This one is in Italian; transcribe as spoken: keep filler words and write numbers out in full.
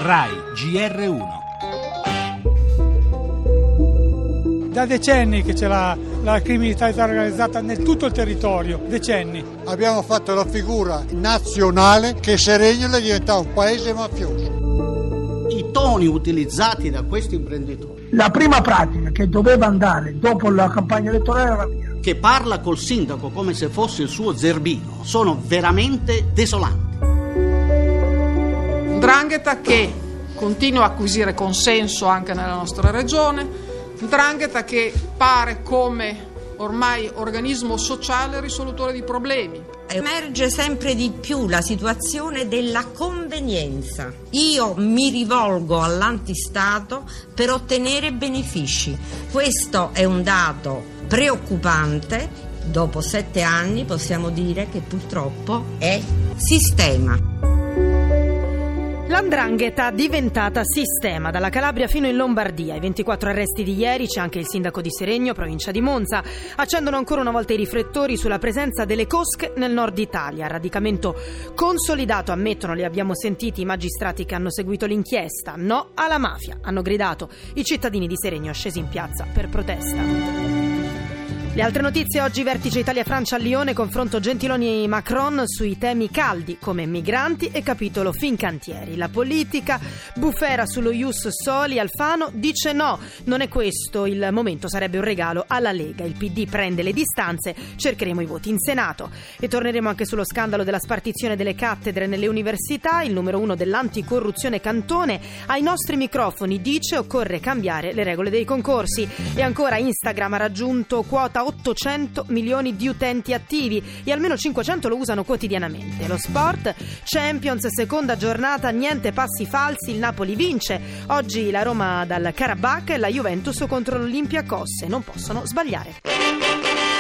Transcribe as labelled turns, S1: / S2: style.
S1: Rai G R uno.
S2: Da decenni che c'è la, la criminalità organizzata nel tutto il territorio, decenni.
S3: Abbiamo fatto la figura nazionale che Seregno è diventato un paese mafioso.
S4: I toni utilizzati da questi imprenditori.
S5: La prima pratica che doveva andare dopo la campagna elettorale era mia.
S4: Che parla col sindaco come se fosse il suo zerbino, sono veramente desolanti.
S6: 'Ndrangheta che continua a acquisire consenso anche nella nostra regione, 'ndrangheta che pare come ormai organismo sociale risolutore di problemi.
S7: Emerge sempre di più la situazione della convenienza. Io mi rivolgo all'antistato per ottenere benefici. Questo è un dato preoccupante. Dopo sette anni possiamo dire che purtroppo è sistema.
S8: L'Ndrangheta diventata sistema, dalla Calabria fino in Lombardia. I ventiquattro arresti di ieri, c'è anche il sindaco di Seregno, provincia di Monza, accendono ancora una volta i riflettori sulla presenza delle cosche nel nord Italia. Radicamento consolidato, ammettono, li abbiamo sentiti i magistrati che hanno seguito l'inchiesta. No alla mafia, hanno gridato i cittadini di Seregno scesi in piazza per protesta. Le altre notizie oggi: vertice Italia-Francia a Lione, confronto Gentiloni-Macron sui temi caldi come migranti e capitolo Fincantieri. La politica, bufera sullo Ius Soli, Alfano dice no, non è questo il momento, sarebbe un regalo alla Lega. Il P D prende le distanze, cercheremo i voti in Senato. E torneremo anche sullo scandalo della spartizione delle cattedre nelle università. Il numero uno dell'anticorruzione Cantone ai nostri microfoni dice occorre cambiare le regole dei concorsi. E ancora Instagram ha raggiunto quota ottocento milioni di utenti attivi e almeno cinquecento lo usano quotidianamente. Lo sport, Champions, seconda giornata, niente passi falsi, il Napoli vince. Oggi la Roma dal Karabakh e la Juventus contro l'Olympiakos, non possono sbagliare.